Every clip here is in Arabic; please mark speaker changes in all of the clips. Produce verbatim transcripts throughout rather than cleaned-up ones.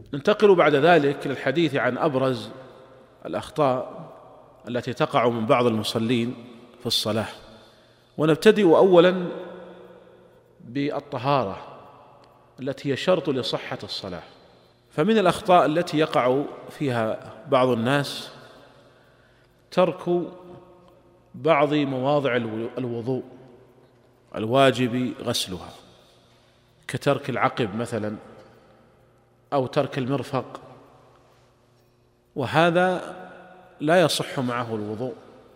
Speaker 1: ننتقل بعد ذلك للحديث عن أبرز الأخطاء التي تقع من بعض المصلين في الصلاة، ونبتدئ أولا بالطهارة التي هي شرط لصحة الصلاة. فمن الأخطاء التي يقع فيها بعض الناس ترك بعض مواضع الوضوء الواجب غسلها، كترك العقب مثلا أو ترك المرفق، وهذا لا يصح معه الوضوء.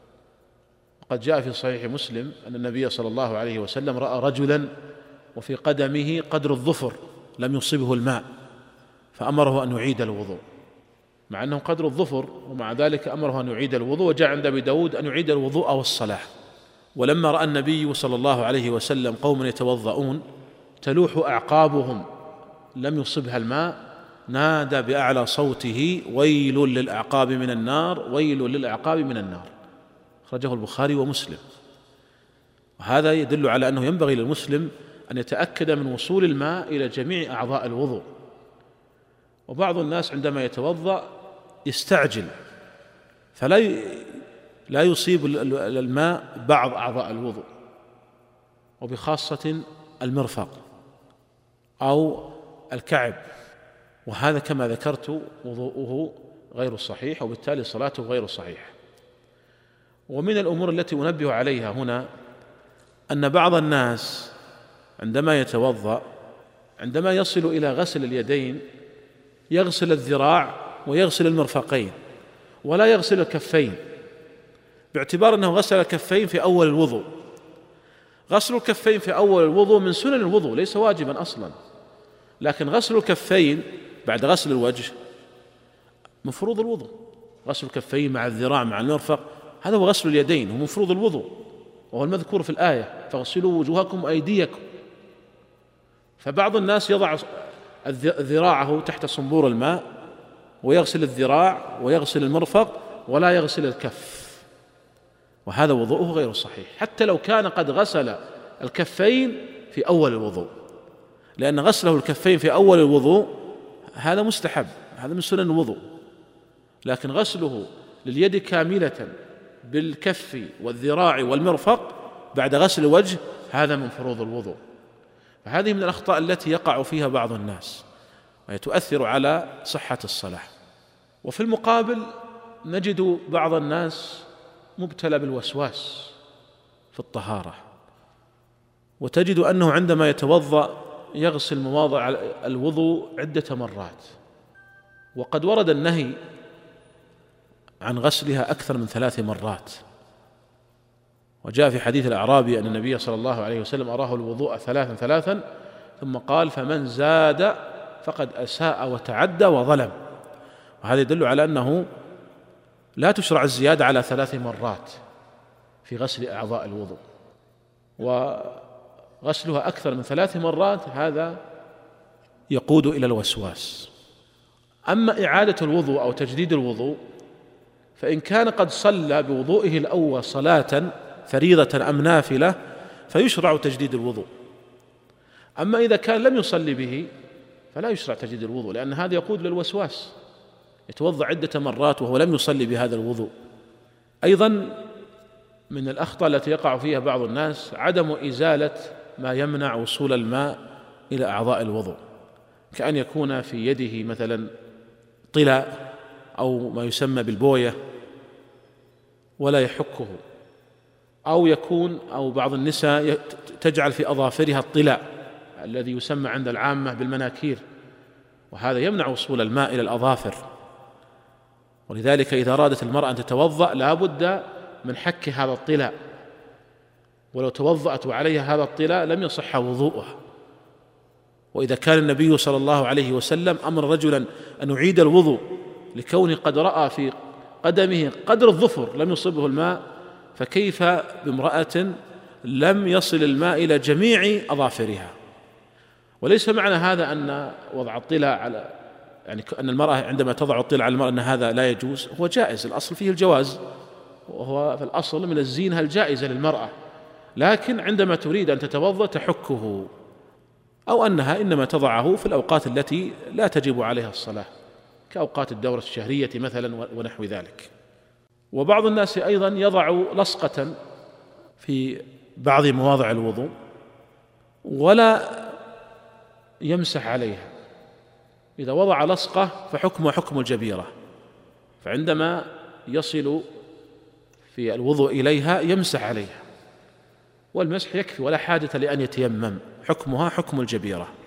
Speaker 1: وقد جاء في صحيح مسلم أن النبي صلى الله عليه وسلم رأى رجلا وفي قدمه قدر الظفر لم يصبه الماء فأمره أن يعيد الوضوء، مع أنه قدر الظفر، ومع ذلك أمره أن يعيد الوضوء. وجاء عند أبي داود أن يعيد الوضوء والصلاة. ولما رأى النبي صلى الله عليه وسلم قوما يتوضؤون تلوح أعقابهم لم يصبها الماء نادى بأعلى صوته: ويل للأعقاب من النار، ويل للأعقاب من النار. أخرجه البخاري ومسلم. وهذا يدل على أنه ينبغي للمسلم أن يتأكد من وصول الماء إلى جميع أعضاء الوضوء. وبعض الناس عندما يتوضأ يستعجل فلا لا يصيب الماء بعض أعضاء الوضوء، وبخاصة المرفق أو الكعب، وهذا كما ذكرت وضوءه غير صحيح، وبالتالي صلاته غير صحيحة. ومن الأمور التي أنبه عليها هنا أن بعض الناس عندما يتوضأ عندما يصل إلى غسل اليدين يغسل الذراع ويغسل المرفقين ولا يغسل الكفين، باعتبار أنه غسل الكفين في أول الوضوء. غسل الكفين في أول الوضوء من سنن الوضوء، ليس واجبا أصلا، لكن غسل الكفين بعد غسل الوجه مفروض الوضوء. غسل الكفين مع الذراع مع المرفق هذا هو غسل اليدين، هو مفروض الوضوء، وهو المذكور في الآية: فاغسلوا وجوهكم وأيديكم. فبعض الناس يضع ذراعه تحت صنبور الماء ويغسل الذراع ويغسل المرفق ولا يغسل الكف، وهذا وضوءه غير صحيح حتى لو كان قد غسل الكفين في أول الوضوء، لأن غسله الكفين في أول الوضوء هذا مستحب، هذا من سنن الوضوء. لكن غسله لليد كاملة بالكف والذراع والمرفق بعد غسل الوجه هذا من فروض الوضوء. فهذه من الأخطاء التي يقع فيها بعض الناس وهي تؤثر على صحة الصلاة. وفي المقابل نجد بعض الناس مبتلى بالوسواس في الطهارة، وتجد أنه عندما يتوضأ يغسل مواضع الوضوء عدة مرات، وقد ورد النهي عن غسلها أكثر من ثلاث مرات. وجاء في حديث الأعرابي أن النبي صلى الله عليه وسلم أراه الوضوء ثلاثا ثلاثا ثم قال: فمن زاد فقد أساء وتعدى وظلم. وهذا يدل على أنه لا تشرع الزيادة على ثلاث مرات في غسل أعضاء الوضوء، وغسلها أكثر من ثلاث مرات هذا يقود إلى الوسواس. أما إعادة الوضوء أو تجديد الوضوء فإن كان قد صلى بوضوئه الأول صلاة فريضة أم نافلة فيشرع تجديد الوضوء. أما إذا كان لم يصلي به فلا يشرع تجديد الوضوء، لأن هذا يقود للوسواس، يتوضأ عدة مرات وهو لم يصلي بهذا الوضوء. أيضا من الأخطاء التي يقع فيها بعض الناس عدم إزالة ما يمنع وصول الماء إلى أعضاء الوضوء، كأن يكون في يده مثلا طلا أو ما يسمى بالبوية ولا يحكه، أو يكون أو بعض النساء تجعل في أظافرها الطلاء الذي يسمى عند العامة بالمناكير، وهذا يمنع وصول الماء إلى الأظافر. ولذلك إذا أرادت المرأة أن تتوضأ لا بد من حك هذا الطلاء، ولو توضأت وعليها هذا الطلاء لم يصح وضوءها. وإذا كان النبي صلى الله عليه وسلم أمر رجلا أن يعيد الوضوء لكونه قد رأى في قدمه قدر الظفر لم يصبه الماء، فكيف بامرأة لم يصل الماء إلى جميع أظافرها؟ وليس معنى هذا أن وضع الطلاء على يعني أن المرأة عندما تضع الطلاء على المرأة أن هذا لا يجوز، هو جائز، الأصل فيه الجواز، وهو في الأصل من الزينة الجائزة للمرأة، لكن عندما تريد أن تتوضأ تحكه. أو أنها إنما تضعه في الأوقات التي لا تجب عليها الصلاة كأوقات الدورة الشهرية مثلا ونحو ذلك. وبعض الناس أيضا يضع لصقة في بعض مواضع الوضوء ولا يمسح عليها، إذا وضع لصقة فحكمها حكم الجبيرة، فعندما يصل في الوضوء إليها يمسح عليها، والمسح يكفي ولا حاجة لأن يتيمم، حكمها حكم الجبيرة.